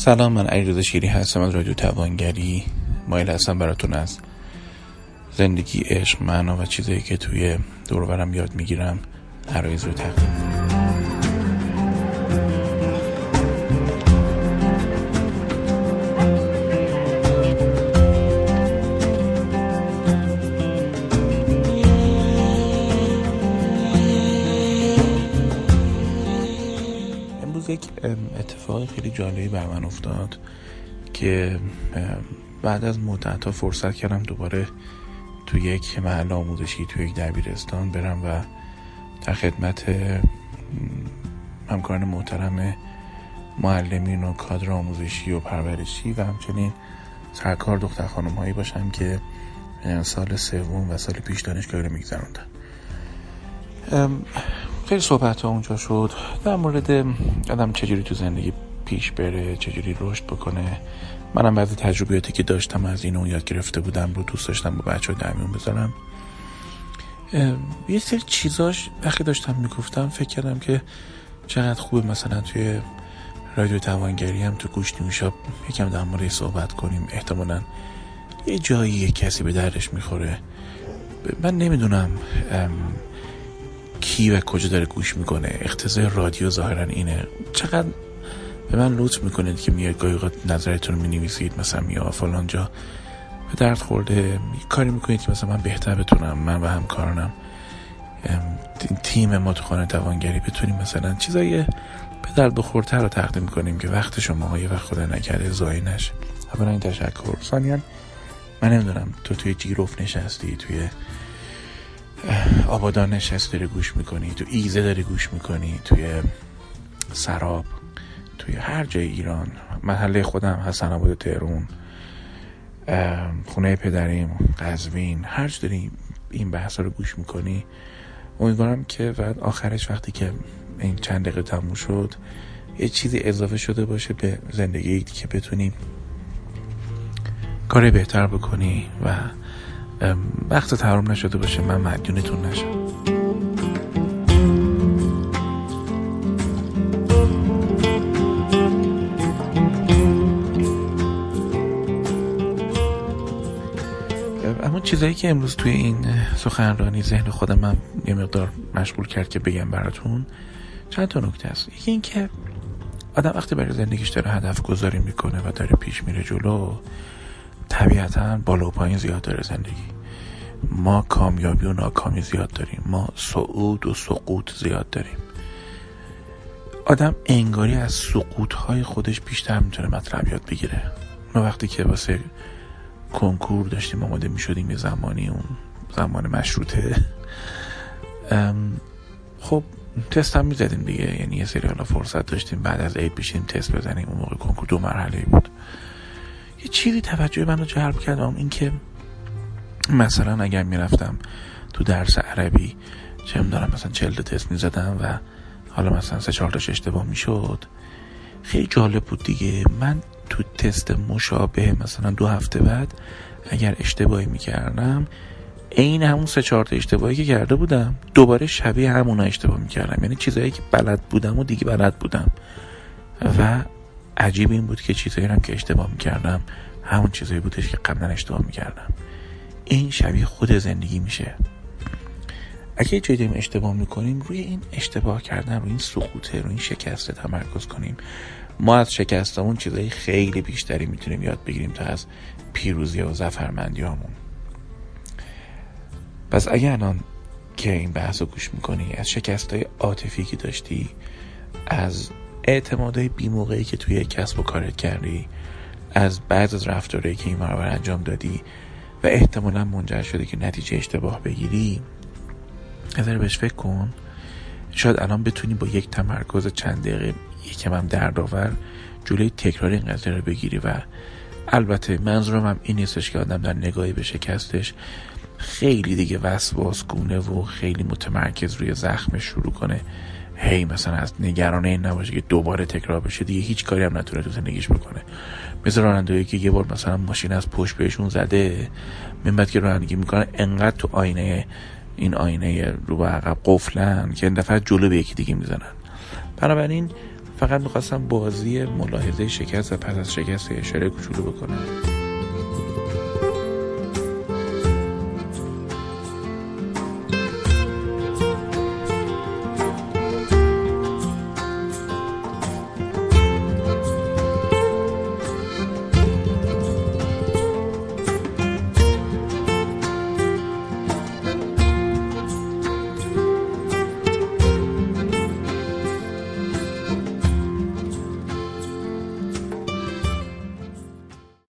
سلام، من علیرضا شیری هستم از رادیو توانگری. مایل هستم براتون از زندگی، عشق، معنا و چیزایی که توی دور و برم یاد میگیرم عرایض رو تقدیم کنم. یک اتفاق خیلی جالبی بر من افتاد که بعد از مدت‌ها فرصت کردم دوباره تو یک محل آموزشی، تو یک دبیرستان برم و در خدمت همکاران محترم معلمین و کادر آموزشی و پرورشی و همچنین سرکار دختر خانم هایی باشم که سال سوم و سال پیش دانشگاهی رو میگذروندن. خیلی صحبت ها اونجا شد در مورد آدم چجوری تو زندگی پیش بره، چجوری رشد بکنه. منم بعضی تجربیاتی که داشتم از این اون یاد گرفته بودم رو دوست داشتم با بچه ها در میون بذارم. یه سری چیزاش وقتی داشتم میگفتم فکر کردم که چقدر خوبه مثلا توی رادیو توانگری هم تو گوش نیوشا یکم در مورد صحبت کنیم. احتمالاً یه جایی یه کسی به دردش میخوره. من نمیدونم کی و کجا داره گوش میکنه. اقتضای رادیو ظاهرا اینه. چقدر به من لطف میکنید که میاد گاهی اوقات نظرتون رو مینویسید، مثلا یا فلان جا به درد خورده، کاری میکنید که مثلا من بهتر بتونم، من و همکارانم تیم ما تو خانه توانگری بتونیم مثلا چیزای به درد بخورتر رو تقدیم کنیم که وقت شما یه وقت خدا نکرده ضایع نشه. اولا این تشکر. ثانیاً من نمیدونم تو توی جیروف نشستی، توی آبادان نشستی داری گوش میکنی، تو ایزه داری گوش میکنی، توی سراب، توی هر جای ایران، محله خودم حسن آباد تهران، خونه پدریم قزوین، هر جا داری این بحثا رو گوش میکنی، امیدوارم که بعد آخرش وقتی که این چند دقیقه تموم شد یه چیزی اضافه شده باشه به زندگی که بتونی کاری بهتر بکنی و وقت تمام نشده باشه من مدیونتون نشم. اما چیزایی که امروز توی این سخنرانی ذهن خودم من یه مقدار مشغول کرد که بگم براتون چند تا نکته است. یکی این که آدم وقتی برای زندگیش داره هدف گذاری میکنه و داره پیش میره جلو، طبیعتاً بالا و پایین زیاد داره زندگی. ما کامیابی و ناکامی زیاد داریم، ما صعود و سقوط زیاد داریم. آدم انگاری از سقوط‌های خودش بیشتر میتونه مطلب یاد بگیره. ما وقتی که واسه کنکور داشتیم آماده میشدیم یه زمانی، اون زمان مشروطه، خب تست هم میزدیم دیگه، یعنی یه سری حالا فرصت داشتیم بعد از عید بشیم تست بزنیم. اون موقع کنکور 2 مرحله بود. یه چیزی توجه منو جلب کرد، این که مثلا اگر میرفتم تو درس عربی چه میدونم مثلا 40 تا تست میزدم و حالا مثلا 3-4 تاش اشتباه میشد، خیلی جالب بود دیگه. من تو تست مشابه مثلا 2 هفته بعد اگر اشتباهی میکردم عین همون 3-4 تا اشتباهی که کرده بودم دوباره شبیه همونا اشتباه میکردم. یعنی چیزایی که بلد بودم و دیگه بلد بودم. و عجیب این بود که چیزایی هم که اشتباه میکردم همون چیزایی بودش که قبلا اشتباه میکردم. این شبیه خود زندگی میشه. اگه جایی داریم اشتباه میکنیم روی این اشتباه کردن، روی این سقوطه، روی این شکسته تمرکز کنیم، ما از شکستمون چیزای خیلی بیشتری میتونیم یاد بگیریم تا از پیروزی و ظفرمندی هامون. پس اگه الان که این بحث رو گوش میکنی، از شکستای عاطفی که داشتی، از اعتمادهای بی‌موقعی که توی کسب و کارت کردی، از بعض از رفتارهایی که این برابر انجام دادی و احتمالاً منجر شده که نتیجه اشتباه بگیری، نظر بهش فکر کن. شاید الان بتونی با یک تمرکز چند دقیقه یکم هم دردآور جلوی تکرار این قضیه رو بگیری. و البته منظورم هم این نیستش که آدم در نگاهی به شکستش خیلی دیگه وسواس گونه و خیلی متمرکز روی زخمش شروع کنه، هی مثلا از نگران این نباشه که دوباره تکرار بشه، دیگه هیچ کاری هم نتونه تو زندگیش بکنه. مثل رانندهایی که یه بار مثلا ماشین از پشت بهشون زده، من بعد که رانندگی میکنن انقدر تو این آینه رو به عقب قفلن که این دفعه جلو به یکی دیگه میزنن. بنابراین فقط میخواستم بازی ملاحظه شکست و پس از شکست اشاره کوچولو بکنم.